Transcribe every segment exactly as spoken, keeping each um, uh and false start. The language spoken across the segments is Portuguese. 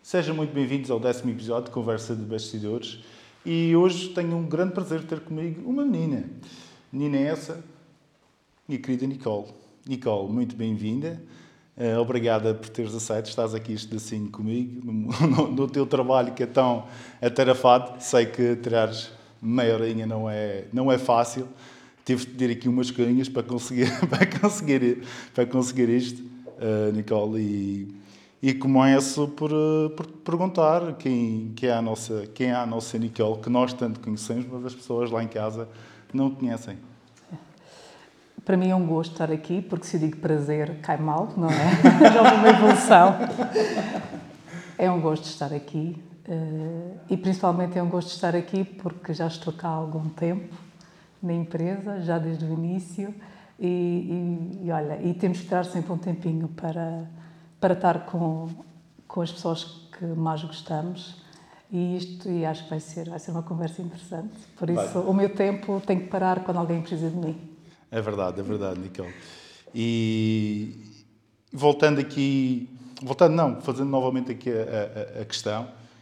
Sejam muito bem-vindos ao décimo episódio de Conversa de Bastidores e hoje tenho um grande prazer de ter comigo uma menina. Menina essa, minha querida Nicole. Nicole, muito bem-vinda. Uh, obrigada por teres aceito, estás aqui este assim comigo, no, no, no teu trabalho que é tão atarefado. Sei que tirares meia horinha não é, não é fácil. Tive de pedir aqui umas coinhas para conseguir, para conseguir, para conseguir isto, uh, Nicole. E, e começo por, uh, por te perguntar quem, quem, é a nossa, quem é a nossa Nicole, que nós tanto conhecemos, mas as pessoas lá em casa não conhecem. Para mim é um gosto estar aqui, porque se eu digo prazer, cai mal, não é? Já houve uma evolução. É um gosto estar aqui uh, e principalmente é um gosto estar aqui porque já estou cá há algum tempo na empresa, já desde o início e, e, e olha, e temos que tirar sempre um tempinho para, para estar com, com as pessoas que mais gostamos e isto e acho que vai ser, vai ser uma conversa interessante. Por isso vai. O meu tempo tem que parar quando alguém precisa de mim. É verdade, é verdade, Nicole. E voltando aqui, voltando não, fazendo novamente aqui a, a, a questão,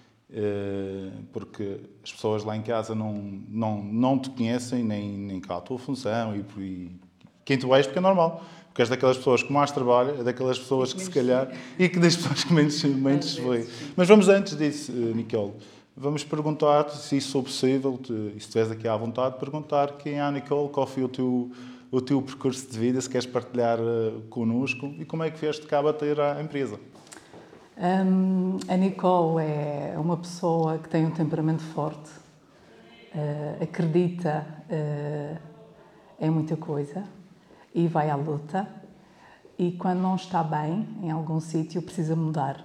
porque as pessoas lá em casa não, não, não te conhecem, nem, nem cá a tua função e, e quem tu és, porque é normal. Porque és daquelas pessoas que mais trabalha, é daquelas pessoas que se calhar, e que das pessoas que menos, menos se foi. Mas vamos antes disso, Nicole. Vamos perguntar-te, se isso for possível, te, e se estiveres aqui à vontade, perguntar quem é a Nicole, qual foi o teu, o teu percurso de vida, se queres partilhar uh, connosco e como é que vieste cá bater à empresa. Um, a Nicole é uma pessoa que tem um temperamento forte, uh, acredita uh, em muita coisa e vai à luta e quando não está bem em algum sítio precisa mudar.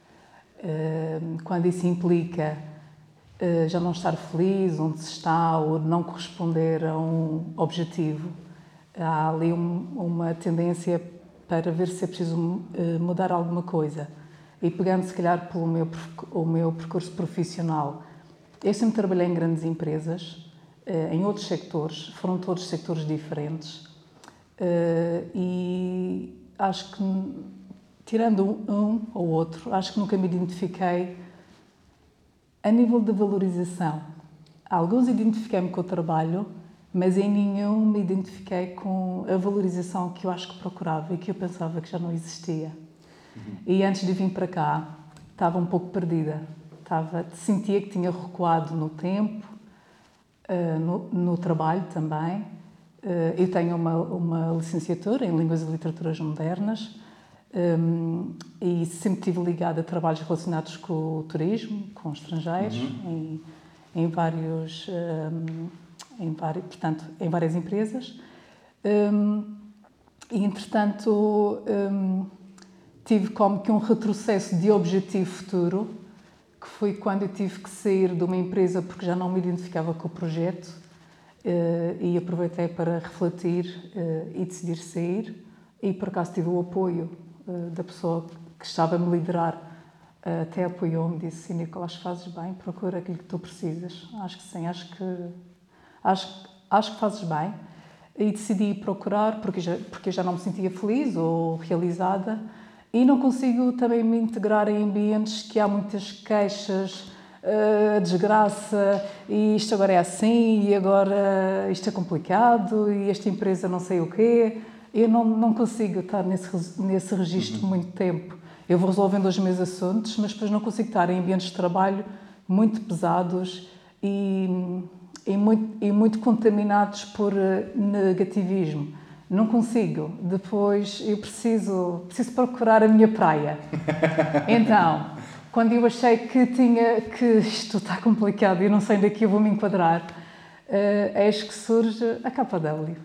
Uh, quando isso implica uh, já não estar feliz onde se está ou não corresponder a um objetivo, há ali um, uma tendência para ver se é preciso uh, mudar alguma coisa. E pegando, se calhar, pelo meu, o meu percurso profissional, eu sempre trabalhei em grandes empresas, em outros sectores, foram todos sectores diferentes. E acho que, tirando um ou outro, acho que nunca me identifiquei a nível de valorização. Alguns identifiquei-me com o trabalho, mas em nenhum me identifiquei com a valorização que eu acho que procurava e que eu pensava que já não existia. Uhum. E antes de vir para cá, estava um pouco perdida. Estava, sentia que tinha recuado no tempo, uh, no, no trabalho também. Uh, eu tenho uma, uma licenciatura em Línguas e Literaturas Modernas um, e sempre estive ligada a trabalhos relacionados com o turismo, com estrangeiros, uhum. em, em, vários, um, em, vários, portanto, em várias empresas. Um, e, entretanto... Um, tive como que um retrocesso de objetivo futuro, que foi quando eu tive que sair de uma empresa porque já não me identificava com o projeto e aproveitei para refletir e decidir sair. E por acaso tive o apoio da pessoa que estava a me liderar, até apoiou-me, disse: Nicole, acho que fazes bem, procura aquilo que tu precisas. Acho que sim, acho que, acho, acho que fazes bem. E decidi procurar porque já, porque já não me sentia feliz ou realizada. E não consigo também me integrar em ambientes que há muitas queixas, uh, desgraça, e isto agora é assim, e agora isto é complicado, e esta empresa não sei o quê. Eu não, não consigo estar nesse, nesse registro uhum. muito tempo. Eu vou resolvendo os meus assuntos, mas depois não consigo estar em ambientes de trabalho muito pesados e, e, muito, e muito contaminados por negativismo. Não consigo. Depois eu preciso, preciso procurar a minha praia. Então, quando eu achei que tinha, que isto está complicado e não sei onde é que eu vou me enquadrar, uh, eis que surge a K W.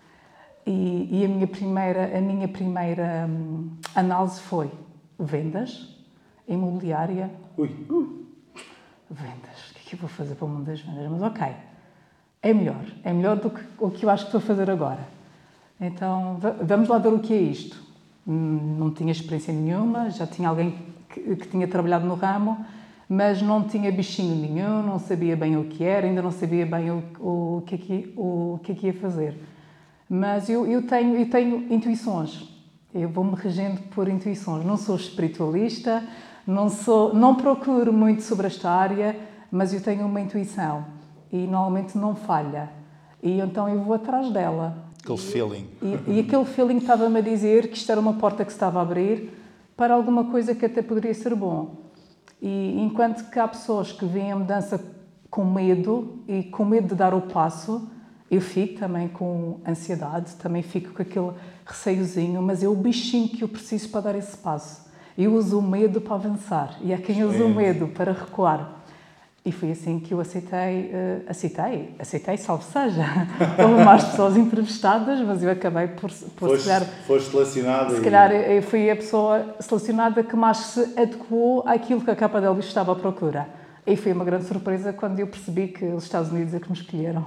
E, e a minha primeira, a minha primeira um, análise foi vendas, imobiliária. Ui. Hum, vendas. O que é que eu vou fazer para o mundo das vendas? Mas ok, é melhor. É melhor do que o que eu acho que estou a fazer agora. Então, vamos lá ver o que é isto. Não tinha experiência nenhuma, já tinha alguém que, que tinha trabalhado no ramo, mas não tinha bichinho nenhum, não sabia bem o que era, ainda não sabia bem o, o, que, é que, o que é que ia fazer. Mas eu, eu, tenho, eu tenho intuições, eu vou-me regendo por intuições. Não sou espiritualista, Não, sou, não procuro muito sobre esta área, mas eu tenho uma intuição e normalmente não falha. E então eu vou atrás dela. Aquele feeling. E, e aquele feeling estava-me a dizer que isto era uma porta que se estava a abrir para alguma coisa que até poderia ser bom. E enquanto que há pessoas que veem a mudança com medo e com medo de dar o passo, eu fico também com ansiedade, também fico com aquele receiozinho, mas é o bichinho que eu preciso para dar esse passo. Eu uso o medo para avançar e há quem use o medo para recuar. E foi assim que eu aceitei, uh, aceitei, aceitei, salve seja. Houve mais pessoas entrevistadas, mas eu acabei por, por foste, se calhar... Foste selecionada. Se e... calhar eu fui a pessoa selecionada que mais se adequou àquilo que a capa Delvis estava à procura. E foi uma grande surpresa quando eu percebi que os Estados Unidos é que me escolheram.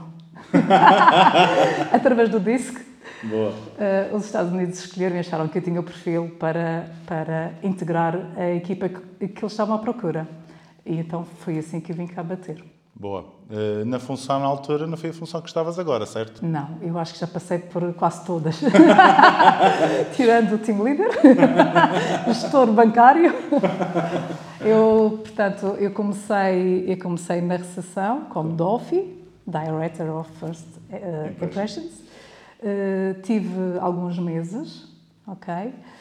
Através do disco. Boa. Uh, os Estados Unidos escolheram e acharam que eu tinha o perfil para, para integrar a equipa que, que eles estavam à procura. E então foi assim que eu vim cá bater. Boa. Uh, na função na altura não foi a função que estavas agora, certo? Não, eu acho que já passei por quase todas. Tirando o team leader, gestor bancário. Eu, portanto, eu comecei, eu comecei na recepção como D O F I, Director of First uh, Impressions. Uh, tive alguns meses, ok?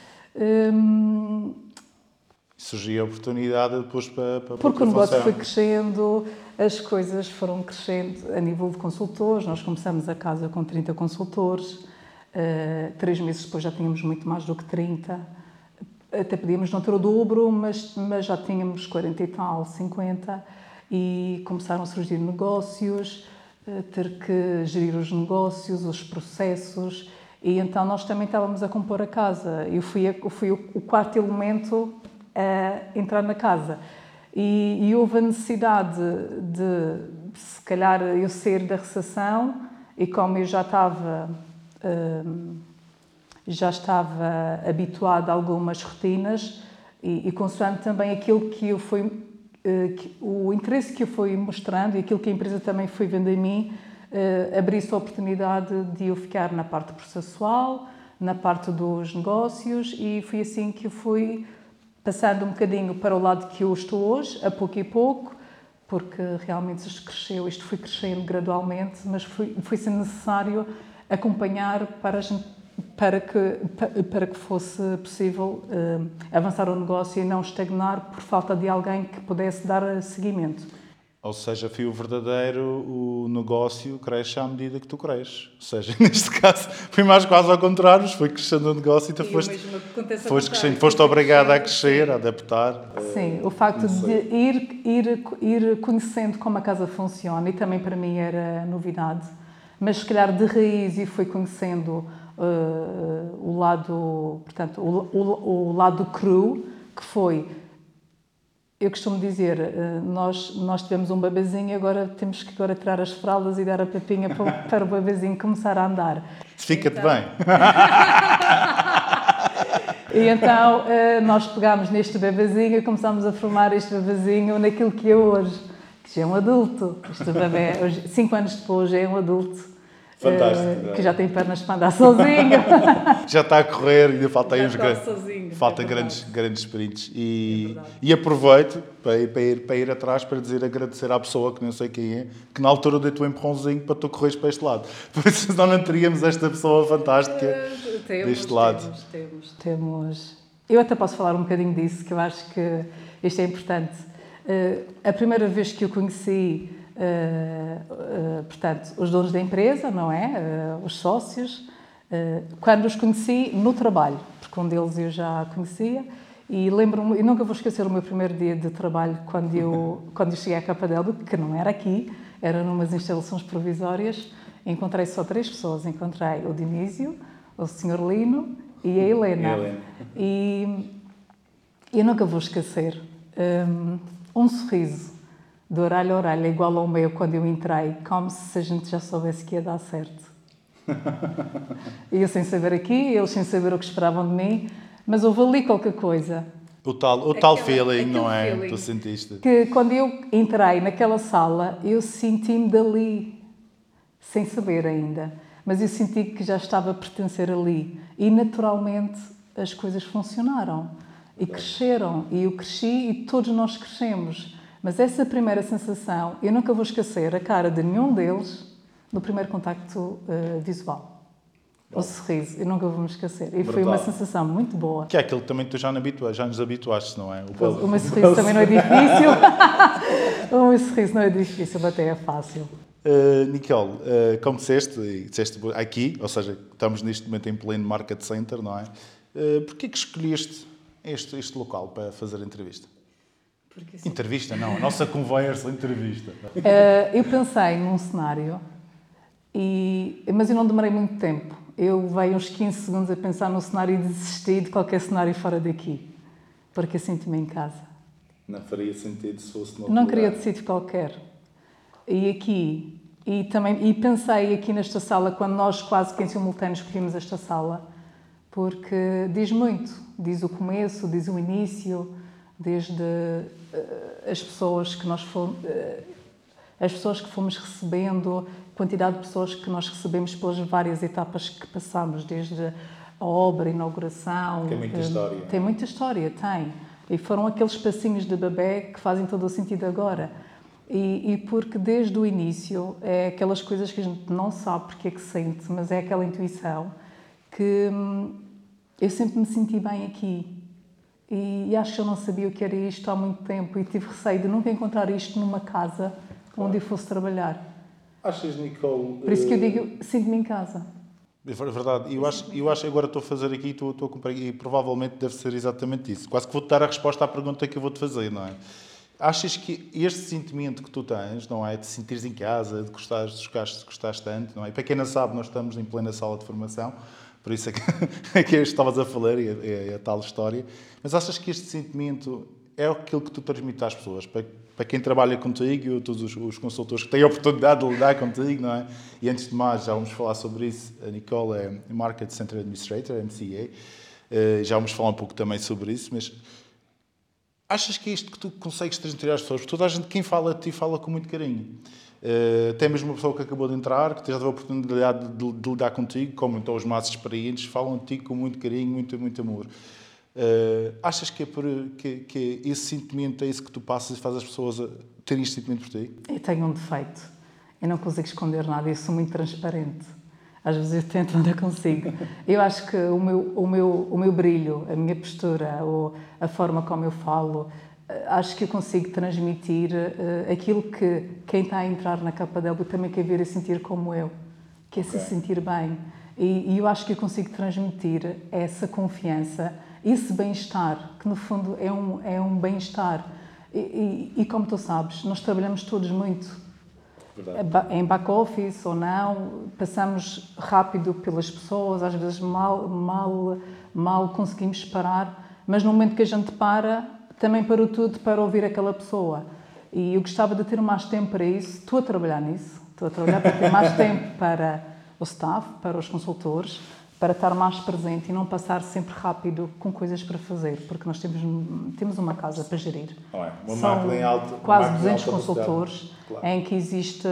Um, Surgiu a oportunidade depois para, para Porque o negócio função. foi crescendo, as coisas foram crescendo a nível de consultores. Nós começamos a casa com trinta consultores, uh, três meses depois já tínhamos muito mais do que trinta. Até podíamos não ter o dobro, mas, mas já tínhamos quarenta e tal, cinquenta. E começaram a surgir negócios, uh, ter que gerir os negócios, os processos. E então nós também estávamos a compor a casa. Eu fui, a, eu fui o, o quarto elemento a entrar na casa. E, e houve a necessidade de, se calhar, eu sair da recepção e como eu já estava, hum, já estava habituada a algumas rotinas e, e consoante também aquilo que eu fui, uh, que, o interesse que eu fui mostrando e aquilo que a empresa também foi vendo em mim, uh, abri-se a oportunidade de eu ficar na parte processual, na parte dos negócios e foi assim que eu fui passando um bocadinho para o lado que eu estou hoje, a pouco e pouco, porque realmente isto cresceu, isto foi crescendo gradualmente, mas foi, foi sendo necessário acompanhar para, para, que, para que fosse possível uh, avançar o negócio e não estagnar por falta de alguém que pudesse dar seguimento. Ou seja, foi o verdadeiro, o negócio cresce à medida que tu cresces. Ou seja, neste caso, foi mais quase ao contrário, foi crescendo o negócio e tu foste, foste, crescendo, foste obrigada a crescer, a adaptar. Sim, o facto de ir, ir, ir conhecendo como a casa funciona, e também para mim era novidade, mas se calhar de raiz e fui conhecendo uh, o lado, portanto, o, o, o lado cru, que foi... Eu costumo dizer, nós, nós tivemos um bebezinho e agora temos que agora tirar as fraldas e dar a papinha para, para o bebezinho começar a andar. Fica-te então... bem. E então nós pegámos neste bebezinho e começámos a formar este bebezinho naquilo que é hoje, que já é um adulto. Este bebê, hoje, cinco anos depois, já é um adulto. Fantástico. Uh, que já tem pernas para andar sozinho. Já está a correr, ainda falta aí uns grandes. Sozinho, falta é grandes, grandes sprints. E, é e aproveito para ir, para, ir, para ir atrás para dizer, agradecer à pessoa que não sei quem é, que na altura deu-te um empurrãozinho para tu correres para este lado. Por isso senão não teríamos esta pessoa fantástica uh, temos, deste lado. Temos, temos, temos. Eu até posso falar um bocadinho disso, que eu acho que isto é importante. Uh, a primeira vez que eu conheci Uh, uh, portanto, os donos da empresa, não é? Uh, os sócios, uh, quando os conheci no trabalho, porque um deles eu já conhecia, e lembro-me, e nunca vou esquecer o meu primeiro dia de trabalho quando eu, quando eu cheguei à Capa Delvis, que não era aqui, era numas instalações provisórias, encontrei só três pessoas, encontrei o Dinísio, o senhor Lino e a Helena. Helena. E eu nunca vou esquecer um, um sorriso de orelha a orelha, igual ao meu quando eu entrei, como se a gente já soubesse que ia dar certo. E eu sem saber aqui, eles sem saber o que esperavam de mim, mas houve ali qualquer coisa. O tal, o aquela, tal feeling, não é? Feeling, tu sentiste? Que quando eu entrei naquela sala, eu senti-me dali, sem saber ainda, mas eu senti que já estava a pertencer ali. E naturalmente as coisas funcionaram. E cresceram, e eu cresci e todos nós crescemos. Mas essa primeira sensação, eu nunca vou esquecer a cara de nenhum deles no primeiro contacto uh, visual. O sorriso, eu nunca vou me esquecer. E Verdade. foi uma sensação muito boa. Que é aquilo que também tu já, habitua, já nos habituaste, não é? O, o meu sorriso também não é difícil. O meu sorriso não é difícil, até é fácil. Uh, Nicole, uh, como disseste, e disseste aqui, ou seja, estamos neste momento em pleno Market Center, não é? Uh, Porquê que escolheste este, este local para fazer a entrevista? Porque, assim, entrevista, não, a nossa conversa, entrevista. Uh, eu pensei num cenário, e, mas eu não demorei muito tempo. Eu levei uns quinze segundos a pensar no cenário e desisti de qualquer cenário fora daqui, porque eu sinto-me em casa. Não faria sentido se fosse no Não queria de sítio qualquer. E aqui, e também e pensei aqui nesta sala, quando nós quase que em simultâneo escolhemos esta sala, porque diz muito, diz o começo, diz o início, desde uh, as pessoas que nós fomos, uh, as pessoas que fomos recebendo, a quantidade de pessoas que nós recebemos pelas várias etapas que passamos, desde a obra, a inauguração. Tem muita história. Tem muita história, tem. E foram aqueles passinhos de bebê que fazem todo o sentido agora. E, e porque desde o início é aquelas coisas que a gente não sabe porque é que sente, mas é aquela intuição que hum, eu sempre me senti bem aqui. E, e acho que eu não sabia o que era isto há muito tempo e tive receio de nunca encontrar isto numa casa onde eu fosse trabalhar. Achas, Nicole... Por isso que eu digo, sinto-me em casa. É verdade. Eu acho, eu acho que agora estou a fazer aqui estou, estou a comprar, e provavelmente deve ser exatamente isso. Quase que vou-te dar a resposta à pergunta que eu vou-te fazer, não é? Achas que este sentimento que tu tens, não é? De sentires em casa, de gostares, de gostares, de gostares tanto, não é? E para quem não sabe, nós estamos em plena sala de formação, por isso é que, é que estavas a falar, é, é, é a tal história. Mas achas que este sentimento é aquilo que tu transmites às pessoas? Para, para quem trabalha contigo, todos os, os consultores que têm a oportunidade de lidar contigo, não é? E antes de mais, já vamos falar sobre isso. A Nicole é Market Center Administrator, M C A. Uh, já vamos falar um pouco também sobre isso, mas... Achas que é isto que tu consegues transmitir às pessoas? Porque toda a gente, quem fala de ti, fala com muito carinho. Uh, até mesmo uma pessoa que acabou de entrar, que já teve a oportunidade de, de, de lidar contigo, como então os mais experientes, falam de ti com muito carinho, muito, muito amor. Uh, achas que, é por, que, que é esse sentimento é isso que tu passas e faz as pessoas terem este sentimento por ti? Eu tenho um defeito. Eu não consigo esconder nada, eu sou muito transparente. Às vezes eu tento, não consigo. Eu acho que o meu, o meu, o meu brilho, a minha postura, ou a forma como eu falo, acho que eu consigo transmitir uh, aquilo que quem está a entrar na K W também quer ver e sentir como eu, que é okay. Se sentir bem. E, e eu acho que eu consigo transmitir essa confiança, esse bem-estar, que no fundo é um, é um bem-estar. E, e, e como tu sabes, nós trabalhamos todos muito. Verdade. Em back-office ou não, passamos rápido pelas pessoas, às vezes mal, mal, mal conseguimos parar, mas no momento que a gente para, também parou tudo para ouvir aquela pessoa. E eu gostava de ter mais tempo para isso, estou a trabalhar nisso, estou a trabalhar para ter mais tempo para o staff, para os consultores, para estar mais presente e não passar sempre rápido com coisas para fazer, porque nós temos, temos uma casa para gerir. Não é? Uma São máquina em alta, quase uma duzentos consultores, claro. Em que existe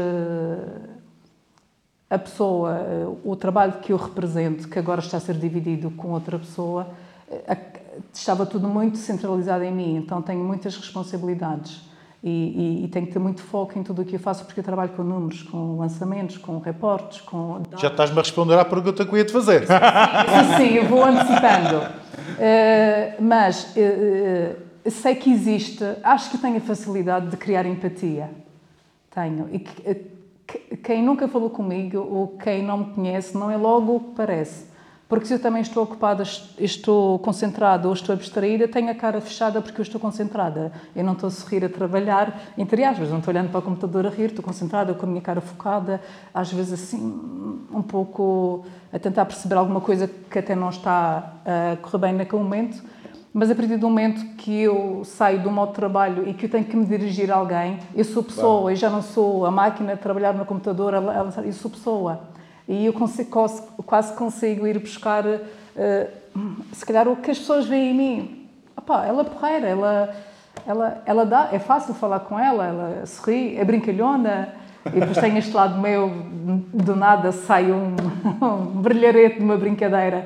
a pessoa, o trabalho que eu represento, que agora está a ser dividido com outra pessoa, estava tudo muito centralizado em mim, então tenho muitas responsabilidades. E, e, e tenho que ter muito foco em tudo o que eu faço, porque eu trabalho com números, com lançamentos, com reportes, com... Já estás-me a responder à pergunta que eu ia te fazer. Sim, sim, eu vou antecipando. Uh, mas uh, sei que existe, acho que tenho a facilidade de criar empatia. Tenho. E que, que, quem nunca falou comigo ou quem não me conhece, não é logo o que parece. Porque se eu também estou ocupada, estou concentrada ou estou abstraída, tenho a cara fechada porque eu estou concentrada. Eu não estou a sorrir a trabalhar, entre aspas, não estou olhando para o computador a rir, estou concentrada, com a minha cara focada, às vezes assim, um pouco a tentar perceber alguma coisa que até não está a correr bem naquele momento. Mas a partir do momento que eu saio do modo de trabalho e que eu tenho que me dirigir a alguém, eu sou pessoa, claro. Eu já não sou a máquina de trabalhar no computador, eu sou pessoa. E eu consigo, quase consigo ir buscar, uh, se calhar, o que as pessoas veem em mim. Opá, ela é porreira, ela, ela, ela dá, é fácil falar com ela, ela sorri, é brincalhona. E depois tem este lado meu, do nada sai um, um brilharete de uma brincadeira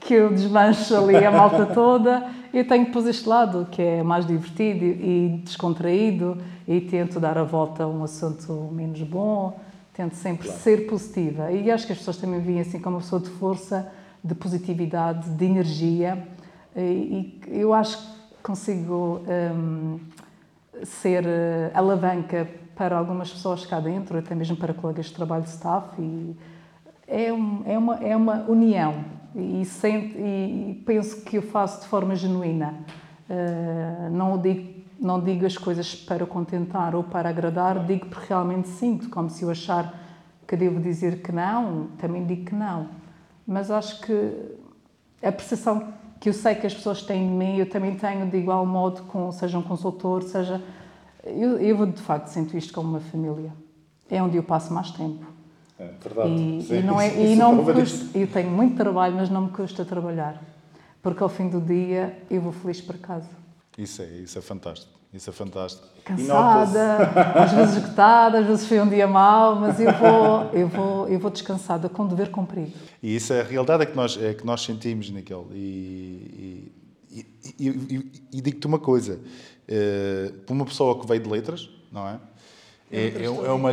que eu desmancho ali a malta toda. Eu tenho depois este lado, que é mais divertido e descontraído, e tento dar a volta a um assunto menos bom, tento sempre claro. ser positiva. E acho que as pessoas também veem assim como uma pessoa de força, de positividade, de energia, e eu acho que consigo um, ser alavanca para algumas pessoas cá dentro, até mesmo para colegas de trabalho de staff, e é, um, é, uma, é uma união, e, sente, e penso que eu faço de forma genuína. Uh, não, digo, não digo as coisas para contentar ou para agradar, digo porque realmente sinto, como se eu achar que devo dizer que não, também digo que não. Mas acho que a percepção que eu sei que as pessoas têm de mim, eu também tenho de igual modo, com, seja um consultor, seja... Eu, eu de facto sinto isto como uma família. É onde eu passo mais tempo. É verdade. E, Sim, e não, é, e não me custa, eu tenho muito trabalho, mas não me custa trabalhar. Porque ao fim do dia eu vou feliz para casa. Isso é, isso é fantástico. Isso é fantástico. Cansada, às vezes esgotada, às vezes foi um dia mau, mas eu vou, eu vou, eu vou descansada, com dever cumprido. E isso é a realidade é que nós, é que nós sentimos, Nicole. E, e, e, e, e digo-te uma coisa, uh, para uma pessoa que veio de letras, não é? É, é, é uma...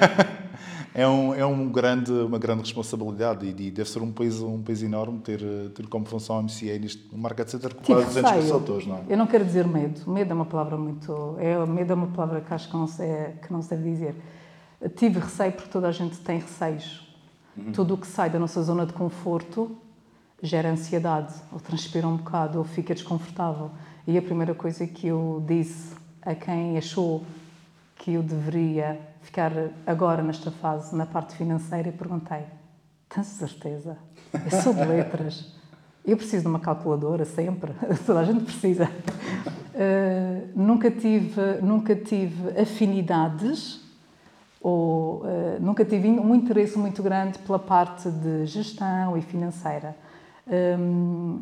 É, um, é um grande, uma grande responsabilidade e deve ser um peso, um peso enorme ter, ter como função a M C A neste market center com quase duzentos consultores, não é? Eu não quero dizer medo. Medo é uma palavra muito... É, medo é uma palavra que acho que não, se, é, que não se deve dizer. Tive receio porque toda a gente tem receios. Uhum. Tudo o que sai da nossa zona de conforto gera ansiedade, ou transpira um bocado, ou fica desconfortável. E a primeira coisa que eu disse a quem achou que eu deveria ficar agora nesta fase, na parte financeira, e perguntei: tens certeza? Eu sou de letras, eu preciso de uma calculadora sempre, toda a gente precisa. Uh, nunca tive, nunca tive afinidades ou uh, nunca tive um interesse muito grande pela parte de gestão e financeira. Um,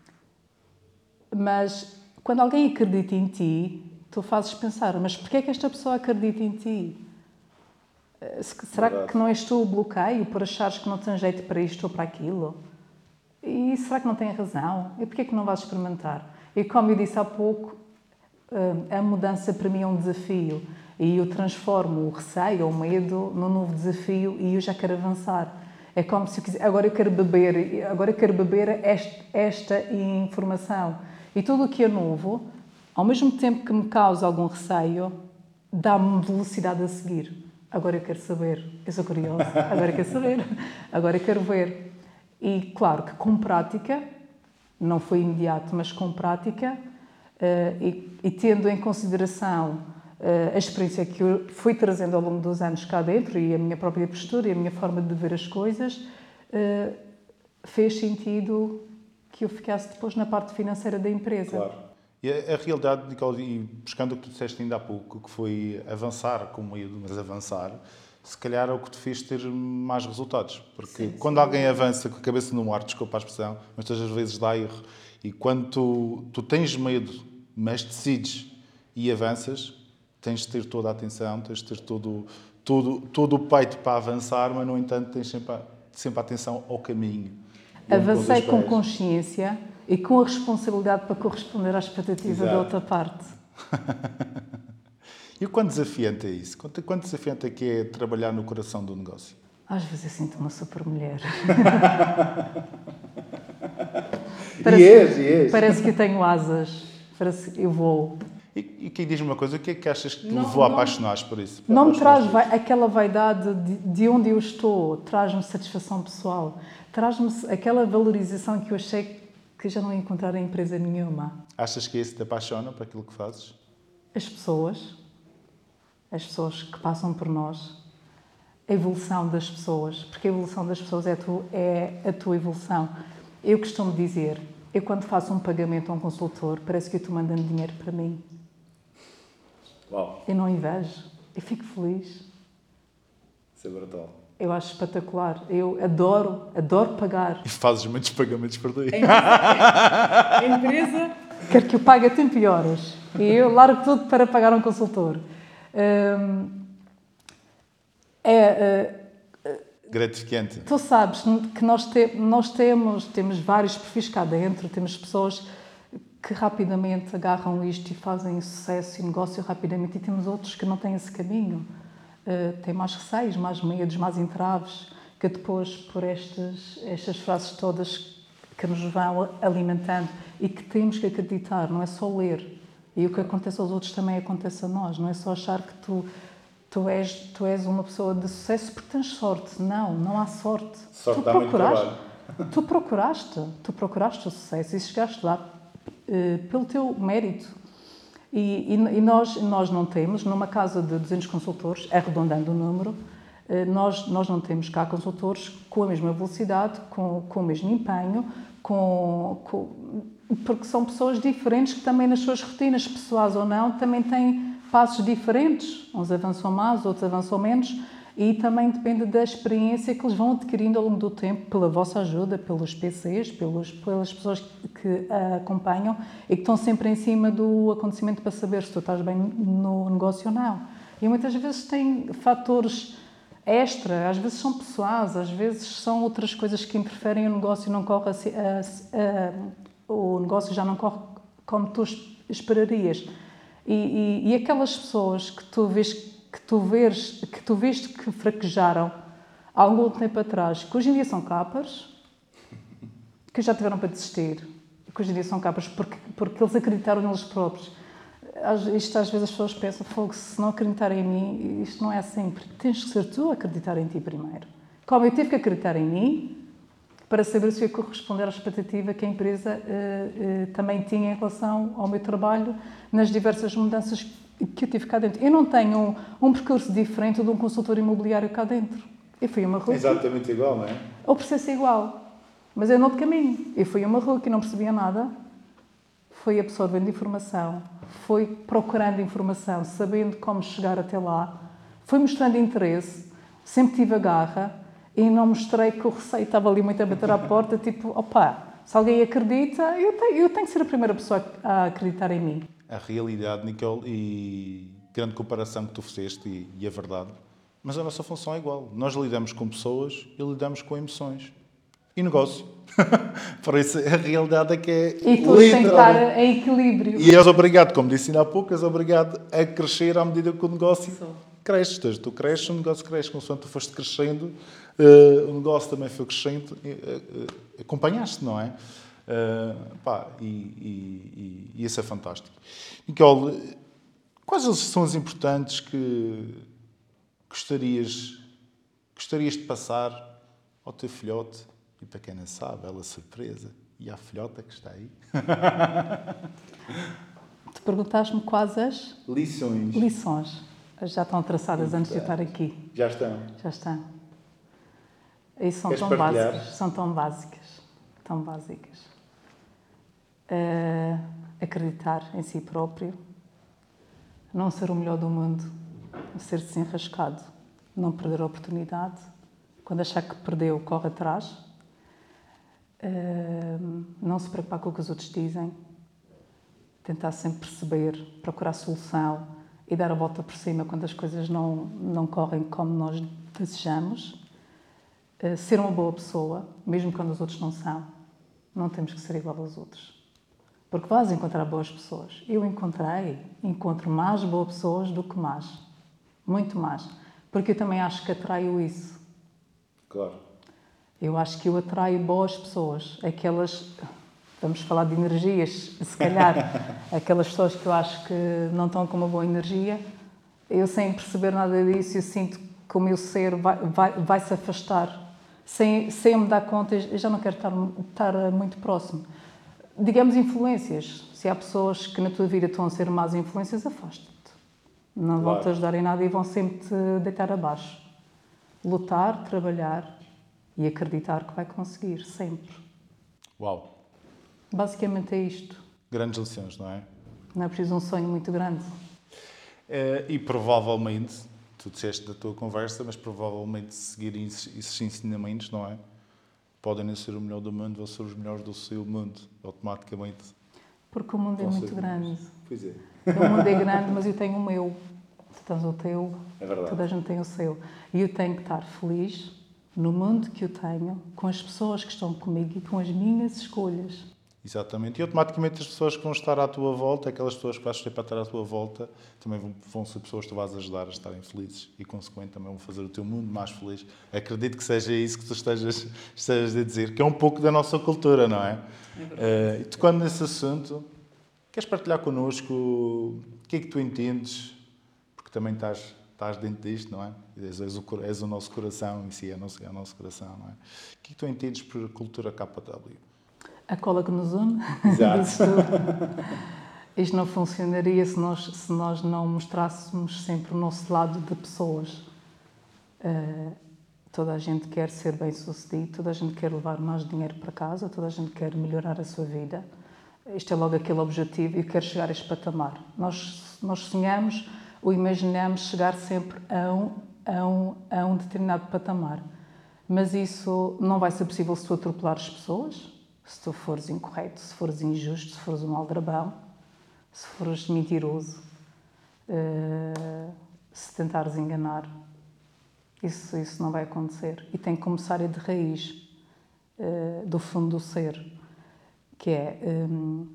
mas quando alguém acredita em ti, tu fazes pensar: mas porquê é que esta pessoa acredita em ti? Será Verdade. que não és tu o bloqueio por achares que não tens jeito para isto ou para aquilo? E será que não tem razão? E porquê é que não vais experimentar? E como eu disse há pouco, a mudança para mim é um desafio. E eu transformo o receio ou o medo num novo desafio e eu já quero avançar. É como se eu quiser, agora eu quero beber, agora eu quero beber esta, esta informação. E tudo o que é novo, ao mesmo tempo que me causa algum receio, dá-me velocidade a seguir. Agora eu quero saber, eu sou curiosa, agora eu quero saber, agora eu quero ver. E claro que com prática, não foi imediato, mas com prática, uh, e, e tendo em consideração uh, a experiência que eu fui trazendo ao longo dos anos cá dentro, e a minha própria postura e a minha forma de ver as coisas, uh, fez sentido que eu ficasse depois na parte financeira da empresa. Claro. E a, a realidade, Nicole, e buscando o que tu disseste ainda há pouco, que foi avançar com medo, mas avançar, se calhar é o que te fez ter mais resultados. Porque sim, quando sim. alguém avança com a cabeça no ar, desculpa a expressão, mas todas as vezes dá erro. E quando tu, tu tens medo, mas decides e avanças, tens de ter toda a atenção, tens de ter todo, todo, todo o peito para avançar, mas, no entanto, tens sempre a, sempre a atenção ao caminho. Avancei com consciência e com a responsabilidade para corresponder à expectativa Exato. da outra parte. E o quão desafiante é isso? Quanto, quanto desafiante é que é trabalhar no coração do negócio? Às vezes eu sinto uma super mulher. parece, e és, e és. Parece que eu tenho asas, parece que eu vou. E, e quem diz-me uma coisa, o que é que achas que te levou a apaixonar-te por isso? Não me traz vai, aquela vaidade de, de onde eu estou, traz-me satisfação pessoal, traz-me aquela valorização que eu achei que já não ia encontrar em empresa nenhuma. Achas que isso te apaixona para aquilo que fazes? As pessoas, as pessoas que passam por nós, a evolução das pessoas, porque a evolução das pessoas é a tua, é a tua evolução. Eu costumo dizer, eu quando faço um pagamento a um consultor, parece que eu estou mandando dinheiro para mim. Uau. Eu não invejo, eu fico feliz. Isso é brutal. Eu acho espetacular, eu adoro, adoro pagar. E fazes muitos pagamentos por dia. A empresa quer que eu pague a tempo e horas. E eu largo tudo para pagar um consultor. Hum, é, gratificante. Tu sabes que nós, te, nós temos, temos vários perfis cá dentro, temos pessoas que rapidamente agarram isto e fazem sucesso e negócio rapidamente, e temos outros que não têm esse caminho. Uh, têm mais receios, mais medos, mais entraves, que depois, por estas, estas frases todas que nos vão alimentando e que temos que acreditar, não é só ler. E o que acontece aos outros também acontece a nós, não é só achar que tu, tu, és, tu és uma pessoa de sucesso porque tens sorte. Não, não há sorte. Sorte tu dá muito trabalho. Tu procuraste, tu procuraste o sucesso e chegaste lá uh, pelo teu mérito. E, e, e nós, nós não temos, numa casa de duzentos consultores, arredondando o número, uh, nós, nós não temos cá consultores com a mesma velocidade, com, com o mesmo empenho, com, com, porque são pessoas diferentes que também nas suas rotinas, pessoais ou não, também têm passos diferentes. Uns avançam mais, outros avançam menos. E também depende da experiência que eles vão adquirindo ao longo do tempo, pela vossa ajuda, pelos P Cs, pelos, pelas pessoas que a acompanham e que estão sempre em cima do acontecimento para saber se tu estás bem no negócio ou não. E muitas vezes tem fatores extra, às vezes são pessoais, às vezes são outras coisas que interferem, o negócio não corre assim, a, a, o negócio já não corre como tu esperarias. E, e, e aquelas pessoas que tu vês que tu vês que tu vês que fraquejaram há algum tempo atrás, que hoje em dia são capas, que já tiveram para desistir, que hoje em dia são capas porque, porque eles acreditaram neles próprios. Isto às vezes as pessoas pensam, fogo, se não acreditarem em mim, isto não é assim, porque tens que ser tu a acreditar em ti primeiro. Como eu tive que acreditar em mim, para saber se eu ia corresponder à expectativa que a empresa uh, uh, também tinha em relação ao meu trabalho nas diversas mudanças que eu tive cá dentro. Eu não tenho um, um percurso diferente de um consultor imobiliário cá dentro. Eu fui uma rookie. Exatamente igual, não é? O processo é igual, mas é no outro caminho. Eu fui uma rookie, não percebia nada, fui absorvendo informação, fui procurando informação, sabendo como chegar até lá, fui mostrando interesse, sempre tive a garra e não mostrei que o receio estava ali muito a bater à porta, tipo, opa, se alguém acredita, eu tenho, eu tenho que ser a primeira pessoa a acreditar em mim. A realidade, Nicole, e grande comparação que tu fizeste, e, e a verdade, mas a nossa função é igual. Nós lidamos com pessoas e lidamos com emoções. E negócio. Por isso, a realidade é que é e tudo tem que estar em equilíbrio. E és obrigado, como disse ainda há pouco, és obrigado a crescer à medida que o negócio Sou. cresce. Tu cresces, o negócio cresce. Consoante tu foste crescendo, uh, o negócio também foi crescendo. Uh, uh, acompanhaste, não é? Uh, pá, e, e, e isso é fantástico. Nicole, quais são as importantes que gostarias, gostarias de passar ao teu filhote? E para quem não sabe, ela surpresa. E à filhota que está aí. Tu perguntaste-me quais as lições. lições. Já estão traçadas antes de eu estar aqui. Já estão. Já estão. E são Queres tão partilhar? básicas. São tão básicas. Tão básicas. Uh, acreditar em si próprio. Não ser o melhor do mundo. Ser desenrascado. Não perder a oportunidade. Quando achar que perdeu, corre atrás. Uh, não se preocupar com o que os outros dizem. Tentar sempre perceber, procurar solução e dar a volta por cima quando as coisas não, não correm como nós desejamos. Uh, ser uma boa pessoa, mesmo quando os outros não são. Não temos que ser igual aos outros. Porque vais encontrar boas pessoas. Eu encontrei, encontro mais boas pessoas do que más. Muito mais. Porque eu também acho que atraio isso. Claro. Eu acho que eu atraio boas pessoas. Aquelas, vamos falar de energias, se calhar, aquelas pessoas que eu acho que não estão com uma boa energia, eu sem perceber nada disso, eu sinto que o meu ser vai, vai, vai se afastar. Sem, sem eu me dar conta, eu já não quero estar, estar muito próximo. Digamos influências. Se há pessoas que na tua vida estão a ser más influências, afasta-te. Não Claro. vão te ajudar em nada e vão sempre te deitar abaixo. Lutar, trabalhar e acreditar que vai conseguir, sempre. Uau! Basicamente é isto. Grandes lições, não é? Não é preciso um sonho muito grande. É, e provavelmente, tu disseste da tua conversa, mas provavelmente seguir esses ensinamentos, não é? Podem não ser o melhor do mundo, vão ser os melhores do seu mundo, automaticamente. Porque o mundo é muito grande. Pois é. O mundo é grande, mas eu tenho o meu. Tu tens o teu, é verdade. Toda a gente tem o seu. E eu tenho que estar feliz, no mundo que eu tenho, com as pessoas que estão comigo e com as minhas escolhas. Exatamente. E automaticamente as pessoas que vão estar à tua volta, aquelas pessoas que vais ter para estar à tua volta, também vão, vão ser pessoas que tu vais ajudar a estarem felizes e, consequentemente, também vão fazer o teu mundo mais feliz. Acredito que seja isso que tu estejas, estejas a dizer, que é um pouco da nossa cultura, não é? É uh, e tocando nesse assunto, queres partilhar connosco o que é que tu entendes? Porque também estás, estás dentro disto, não é? És, és, o, és o nosso coração em si, é o nosso, é o nosso coração, não é? O que é que tu entendes por cultura K W? A cola que nos une. Exato. Isto não funcionaria se nós, se nós não mostrássemos sempre o nosso lado de pessoas. Uh, toda a gente quer ser bem-sucedido, toda a gente quer levar mais dinheiro para casa, toda a gente quer melhorar a sua vida. Isto é logo aquele objetivo e eu quero chegar a este patamar. Nós, nós sonhamos ou imaginamos chegar sempre a um, a, um, a um determinado patamar. Mas isso não vai ser possível se tu atropelar as pessoas, se tu fores incorreto, se fores injusto, se fores um aldrabão, se fores mentiroso, uh, se tentares enganar. Isso, isso não vai acontecer. E tem que começar de raiz, uh, do fundo do ser, que é um,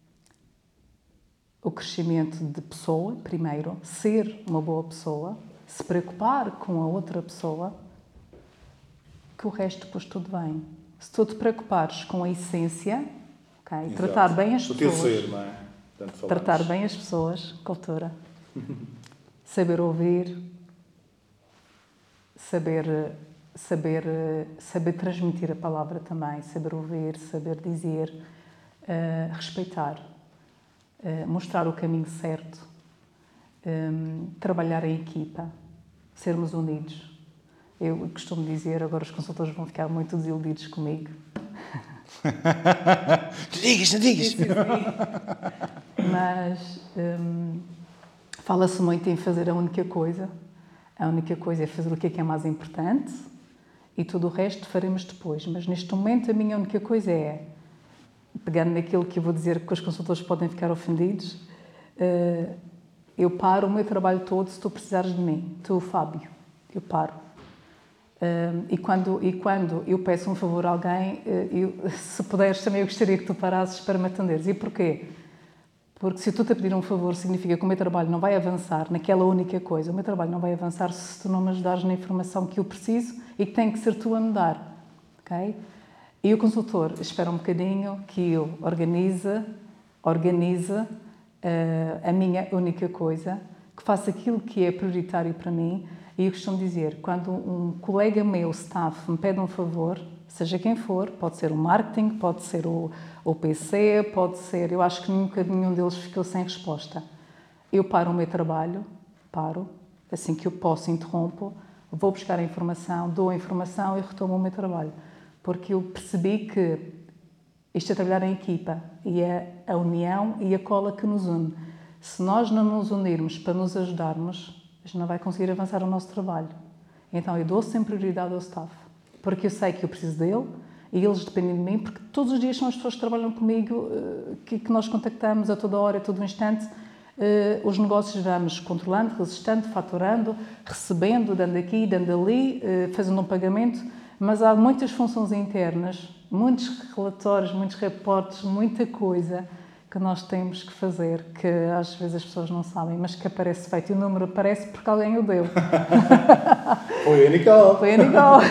o crescimento de pessoa, primeiro, ser uma boa pessoa, se preocupar com a outra pessoa, que o resto depois tudo bem. Se tu te preocupares com a essência, okay, tratar bem as o pessoas, teu ser, não é? Tanto tratar bem as pessoas, cultura, saber ouvir, saber, saber, saber transmitir a palavra também, saber ouvir, saber dizer, uh, respeitar, uh, mostrar o caminho certo, um, trabalhar em equipa, sermos unidos. Eu costumo dizer, agora os consultores vão ficar muito desiludidos comigo. Não digas, não digas! Mas hum, fala-se muito em fazer a única coisa. A única coisa é fazer o que é que é mais importante e tudo o resto faremos depois. Mas neste momento a minha única coisa é, pegando naquilo que eu vou dizer que os consultores podem ficar ofendidos, uh, eu paro o meu trabalho todo se tu precisares de mim. Tu, Fábio, eu paro. Uh, e, quando, e quando eu peço um favor a alguém, uh, eu, se puderes, também eu gostaria que tu parasses para me atenderes. E porquê? Porque se tu te pedir um favor, significa que o meu trabalho não vai avançar naquela única coisa. O meu trabalho não vai avançar se tu não me ajudares na informação que eu preciso e que tem que ser tu a me dar. Okay? E o consultor espera um bocadinho que eu organize, organize uh, a minha única coisa, que faça aquilo que é prioritário para mim. E eu costumo dizer, quando um colega meu, staff, me pede um favor, seja quem for, pode ser o marketing, pode ser o, o P C, pode ser... Eu acho que nunca nenhum deles ficou sem resposta. Eu paro o meu trabalho, paro, assim que eu posso, interrompo, vou buscar a informação, dou a informação e retomo o meu trabalho. Porque eu percebi que isto é trabalhar em equipa e é a união e a cola que nos une. Se nós não nos unirmos para nos ajudarmos, a gente não vai conseguir avançar o nosso trabalho. Então, eu dou sempre prioridade ao staff, porque eu sei que eu preciso dele e eles dependem de mim, porque todos os dias são as pessoas que trabalham comigo, que, que nós contactamos a toda hora, a todo instante. Os negócios vamos controlando, registrando, faturando, recebendo, dando aqui, dando ali, fazendo um pagamento, mas há muitas funções internas, muitos relatórios, muitos reportes, muita coisa que nós temos que fazer, que às vezes as pessoas não sabem, mas que aparece feito. E o número aparece porque alguém o deu. Foi a Nicole. Foi a Nicole.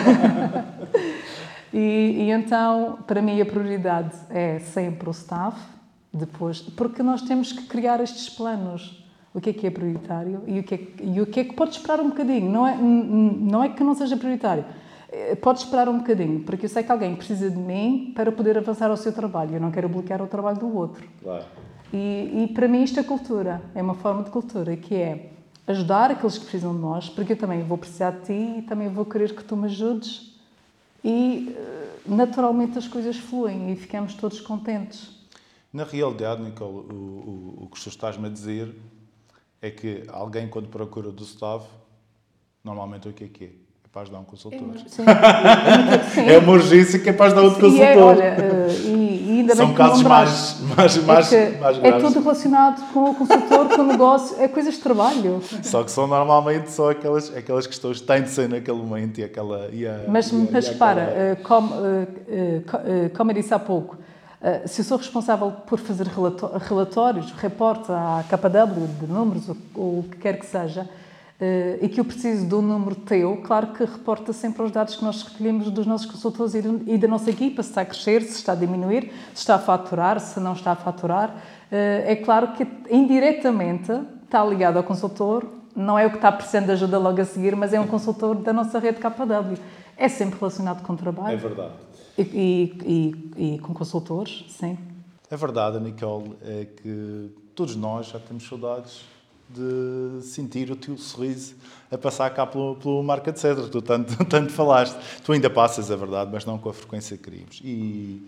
e, e então, para mim, a prioridade é sempre o staff, depois, porque nós temos que criar estes planos. O que é que é prioritário e o que é que, e o que, é que pode esperar um bocadinho. Não é, não é que não seja prioritário. Pode esperar um bocadinho, porque eu sei que alguém precisa de mim para poder avançar ao seu trabalho. Eu não quero bloquear o trabalho do outro. Claro. E, e para mim isto é cultura. É uma forma de cultura, que é ajudar aqueles que precisam de nós, porque eu também vou precisar de ti e também vou querer que tu me ajudes. E naturalmente as coisas fluem e ficamos todos contentes. Na realidade, Nicole, o, o, o que tu estás-me a dizer é que alguém, quando procura do staff, normalmente o que é que é? capaz de dar um consultor. É, sim, é, sim. É uma urgência capaz de dar outro sim, consultor. É, olha, e, e ainda São bem casos que mais, mais, mais, é, mais é graves. tudo relacionado com o consultor, com o negócio, é coisas de trabalho. Só que são normalmente só aquelas, aquelas questões que têm de ser naquele momento e aquela... E a, Mas, e a, mas e repara, aquela... uh, como, uh, uh, como eu disse há pouco, uh, se eu sou responsável por fazer relato relatórios, reportes à K W de números, ou, ou o que quer que seja, uh, e que eu preciso de um número teu, claro que reporta sempre os dados que nós recolhemos dos nossos consultores e, do, e da nossa equipa, se está a crescer, se está a diminuir, se está a faturar, se não está a faturar. Uh, é claro que indiretamente está ligado ao consultor, não é o que está precisando de ajuda logo a seguir, mas é um consultor da nossa rede K W. É sempre relacionado com trabalho. É verdade. E, e, e, e com consultores, sim. A verdade, Nicole, é que todos nós já temos saudades de sentir o teu sorriso a passar cá pelo, pelo Marca de Cedro. Tu tanto, tanto falaste. Tu ainda passas, é verdade, mas não com a frequência que queríamos. E,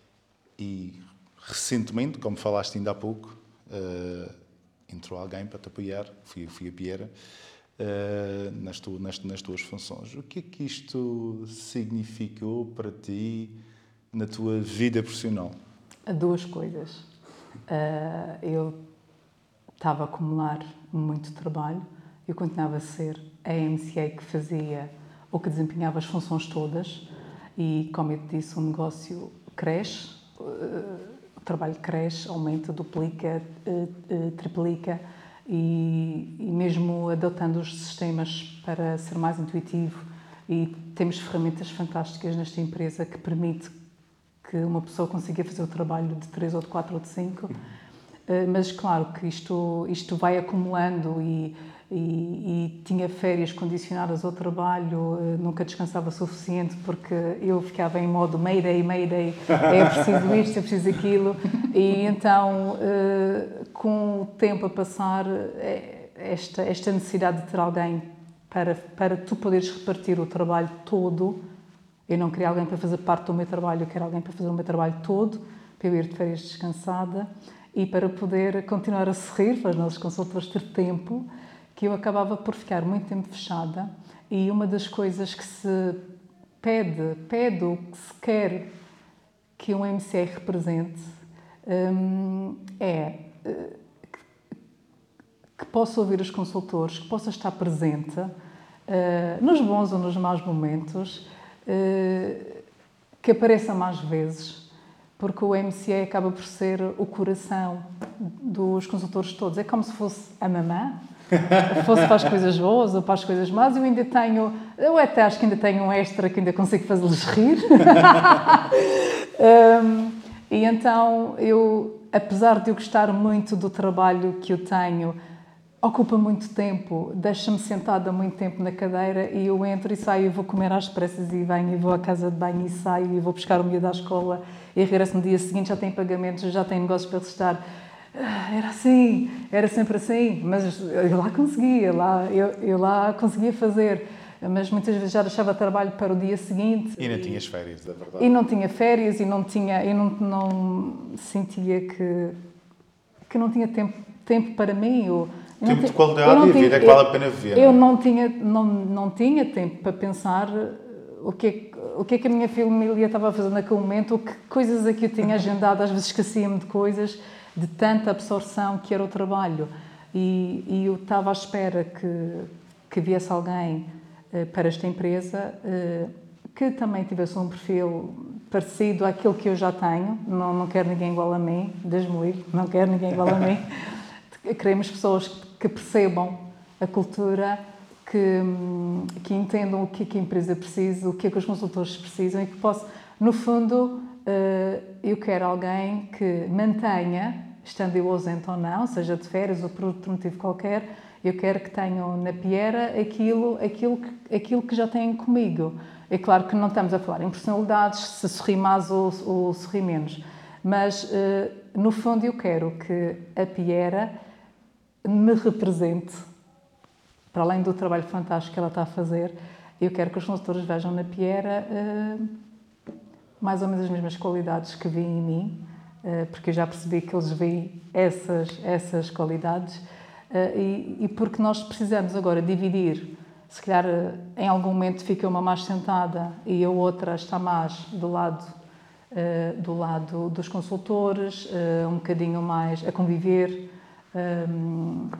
e recentemente, como falaste ainda há pouco, uh, entrou alguém para te apoiar, fui, fui a Piera, uh, nas, tu, nas, nas tuas funções. O que é que isto significou para ti na tua vida profissional? Duas coisas. Uh, eu estava a acumular muito trabalho, eu continuava a ser a M C A que fazia ou que desempenhava as funções todas e, como eu te disse, o negócio cresce, uh, o trabalho cresce, aumenta, duplica, uh, uh, triplica e, e mesmo adotando os sistemas para ser mais intuitivo e temos ferramentas fantásticas nesta empresa que permite que uma pessoa consiga fazer o trabalho de três ou de quatro ou de cinco. Mas, claro, que isto, isto vai acumulando e, e, e tinha férias condicionadas ao trabalho, nunca descansava o suficiente porque eu ficava em modo mayday, mayday, é preciso isto, é preciso aquilo. E então, com o tempo a passar, esta, esta necessidade de ter alguém para, para tu poderes repartir o trabalho todo. Eu não queria alguém para fazer parte do meu trabalho, eu quero alguém para fazer o meu trabalho todo, para eu ir de férias descansada e para poder continuar a sorrir, para os nossos consultores ter tempo, que eu acabava por ficar muito tempo fechada. E uma das coisas que se pede, pede ou que se quer que um M C A represente hum, é que possa ouvir os consultores, que possa estar presente uh, nos bons ou nos maus momentos, que apareça mais vezes, porque o M C A acaba por ser o coração dos consultores todos. É como se fosse a mamã, fosse para as coisas boas ou para as coisas más. Eu ainda tenho, eu até acho que ainda tenho um extra que ainda consigo fazê-los rir. um, e então, eu, apesar de eu gostar muito do trabalho que eu tenho, ocupa muito tempo, deixa-me sentada muito tempo na cadeira e eu entro e saio e vou comer às pressas e venho e vou à casa de banho e saio e vou buscar o miúdo à escola e regresso no dia seguinte, já tem pagamentos, já tem negócios para restar. Era assim, era sempre assim, mas eu lá conseguia, lá, eu, eu lá conseguia fazer, mas muitas vezes já deixava trabalho para o dia seguinte. E não e, tinhas férias, é verdade. E não tinha férias e não tinha, eu não, não sentia que, que não tinha tempo, tempo para mim, ou, tempo de qualidade e a vida é que vale a pena viver. Eu não tinha, não, não tinha tempo para pensar o que, é, o que é que a minha família estava a fazer naquele momento, ou que coisas é que eu tinha agendado, às vezes esquecia-me de coisas, de tanta absorção que era o trabalho. E, e eu estava à espera que, que viesse alguém uh, para esta empresa uh, que também tivesse um perfil parecido àquele que eu já tenho. Não, não quero ninguém igual a mim, Deus-me livre, não quero ninguém igual a mim. Queremos pessoas que percebam a cultura, que, que entendam o que é que a empresa precisa, o que é que os consultores precisam e que possam, no fundo, eu quero alguém que mantenha, estando eu ausente ou não, seja de férias ou por outro motivo qualquer, eu quero que tenham na Piera aquilo, aquilo, que, aquilo que já têm comigo. É claro que não estamos a falar em personalidades, se sorri mais ou, ou sorri menos, mas, no fundo, eu quero que a Piera me represente, para além do trabalho fantástico que ela está a fazer, eu quero que os consultores vejam na Piera uh, mais ou menos as mesmas qualidades que vi em mim, uh, porque eu já percebi que eles veem essas, essas qualidades uh, e, e porque nós precisamos agora dividir se calhar em algum momento fica uma mais sentada e a outra está mais do lado, uh, do lado dos consultores, uh, um bocadinho mais a conviver, um,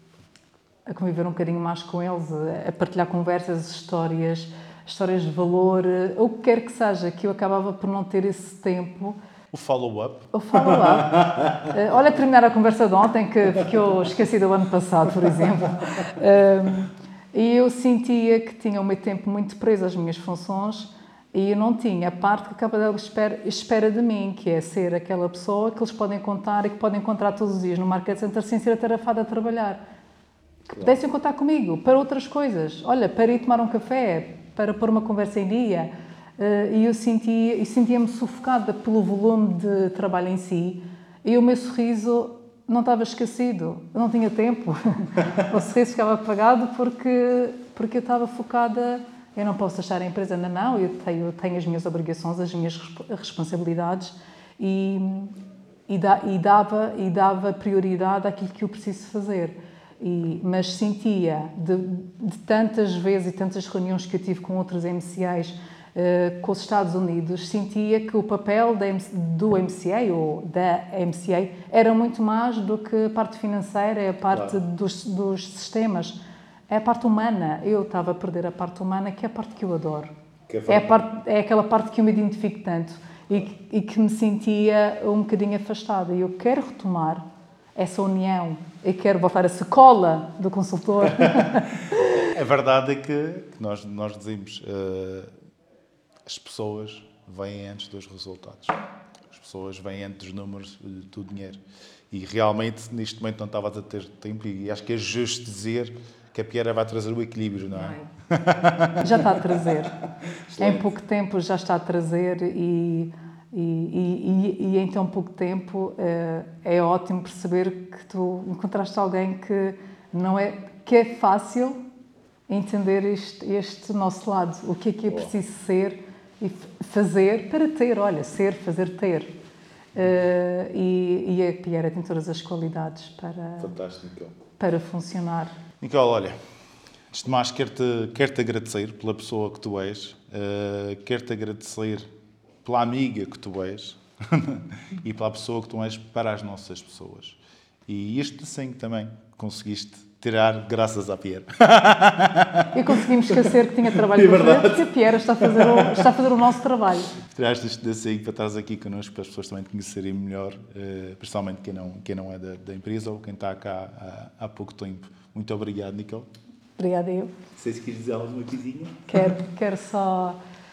a conviver um bocadinho mais com eles, a partilhar conversas, histórias, histórias de valor, ou o que quer que seja, que eu acabava por não ter esse tempo. O follow-up. O follow-up. Uh, olha, terminar a conversa de ontem, que, que eu esqueci do ano passado, por exemplo. Um, e eu sentia que tinha o meu tempo muito preso às minhas funções e eu não tinha a parte que a Capadel espera, espera de mim, que é ser aquela pessoa que eles podem contar e que podem encontrar todos os dias no Market Center sem ser atarefada a trabalhar. Que pudessem contar comigo para outras coisas. Olha, para ir tomar um café, para pôr uma conversa em dia. Uh, e eu sentia, e sentia-me sufocada pelo volume de trabalho em si. E o meu sorriso não estava esquecido. Eu não tinha tempo. O sorriso ficava apagado porque, porque eu estava focada. Eu não posso deixar a empresa na mão. Eu tenho, eu tenho as minhas obrigações, as minhas responsabilidades. E, e, da, e, dava, e dava prioridade àquilo que eu preciso fazer. E, mas sentia, de, de tantas vezes e tantas reuniões que eu tive com outros M C As, uh, com os Estados Unidos, sentia que o papel da, do M C A ou da M C A era muito mais do que a parte financeira, a parte claro. dos, dos sistemas, é a parte humana. Eu estava a perder a parte humana, que é a parte que eu adoro. Que é, é, a parte, é aquela parte que eu me identifico tanto e, e que me sentia um bocadinho afastada. E eu quero retomar essa união. Eu quero voltar a secola do consultor. A verdade é que, que nós, nós dizemos, uh, as pessoas vêm antes dos resultados. As pessoas vêm antes dos números do dinheiro. E realmente, neste momento, não estavas a ter tempo e acho que é justo dizer que a Piera vai trazer o equilíbrio, não é? Já está a trazer. Em pouco tempo já está a trazer e... E, e, e, e em tão pouco tempo uh, é ótimo perceber que tu encontraste alguém que não é, que é fácil entender este, este nosso lado, o que é que é preciso ser e fazer para ter, olha, ser, fazer, ter. Uh, e, e a Piera tem todas as qualidades para, Fantástico. para funcionar. Nicole, olha, antes de mais quero-te, quero-te agradecer pela pessoa que tu és, uh, quero-te agradecer pela amiga que tu és e pela pessoa que tu és para as nossas pessoas. E este desenho também conseguiste tirar graças à Piera. E conseguimos esquecer que tinha trabalho para fazer, porque a Piera está a fazer o, está a fazer o nosso trabalho. Tiraste este desenho para estar aqui connosco, para as pessoas também te conhecerem melhor, principalmente quem não, quem não é da, da empresa ou quem está cá há, há pouco tempo. Muito obrigado, Nicole. Obrigada eu. Não sei se queres dizer alguma coisinha. Quero, quero só...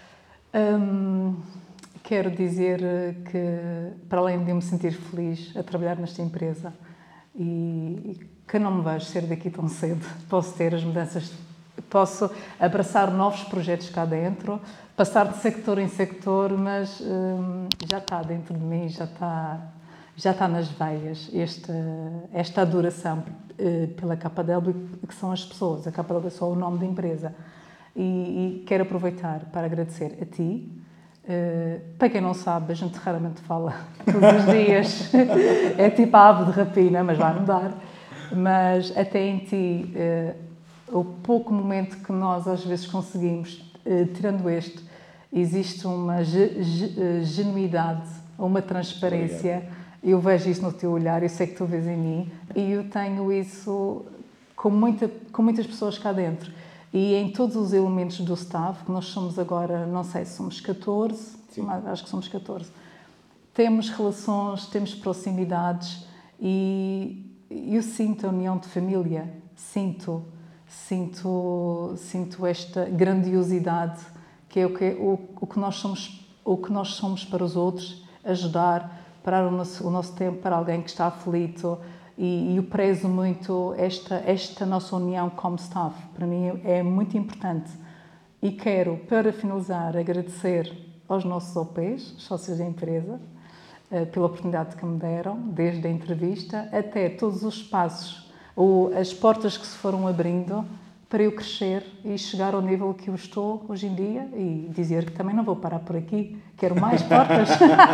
Hum, Quero dizer que, para além de eu me sentir feliz a trabalhar nesta empresa e, e que não me vejo ser daqui tão cedo, posso ter as mudanças, posso abraçar novos projetos cá dentro, passar de sector em sector, mas hum, já está dentro de mim, já está, já está nas veias esta, esta adoração uh, pela K W, que são as pessoas. A K W é só o nome da empresa. E, e quero aproveitar para agradecer a ti. Uh, para quem não sabe, a gente raramente fala todos os dias. É tipo a ave de rapina, mas vai mudar. Mas até em ti, uh, o pouco momento que nós às vezes conseguimos, uh, tirando este, existe uma ge ge genuidade, uma transparência. Obrigado. Eu vejo isso no teu olhar, eu sei que tu vês em mim, e eu tenho isso com, muita, com muitas pessoas cá dentro. E em todos os elementos do staff, que nós somos agora, não sei se somos catorze, mas acho que somos catorze, temos relações, temos proximidades e eu sinto a união de família, sinto, sinto, sinto esta grandiosidade que é o que, o, o, que nós somos, o que nós somos para os outros, ajudar, parar o nosso, o nosso tempo para alguém que está aflito. E, e eu prezo muito esta, esta nossa união como staff. Para mim é muito importante. E quero, para finalizar, agradecer aos nossos O Ps, sócios da empresa, pela oportunidade que me deram, desde a entrevista até todos os passos, ou as portas que se foram abrindo para eu crescer e chegar ao nível que eu estou hoje em dia e dizer que também não vou parar por aqui, quero mais portas.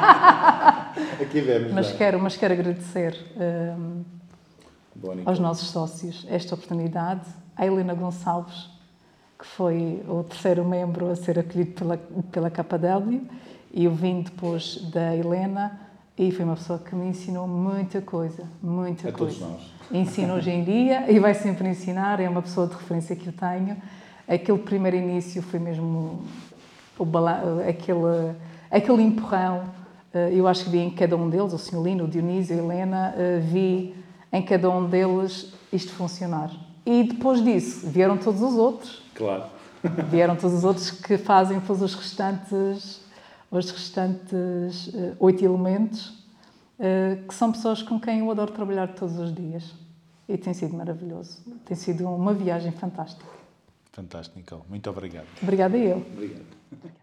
Aqui vemos, mas, quero, mas quero agradecer um, Bom, aos nossos sócios esta oportunidade, a Helena Gonçalves, que foi o terceiro membro a ser acolhido pela, pela K W, e eu vim depois da Helena, e foi uma pessoa que me ensinou muita coisa, muita A coisa. todos nós. Ensina hoje em dia e vai sempre ensinar, é uma pessoa de referência que eu tenho. Aquele primeiro início foi mesmo o balan- aquele, aquele empurrão. Eu acho que vi em cada um deles, o senhor Lino, o Dionísio, a Helena, vi em cada um deles isto funcionar. E depois disso vieram todos os outros. Claro. Vieram todos os outros que fazem depois os restantes, os restantes uh, oito elementos, uh, que são pessoas com quem eu adoro trabalhar todos os dias. E tem sido maravilhoso. Tem sido uma viagem fantástica. Fantástico, Nicole. Muito obrigado. Obrigada eu. Obrigado.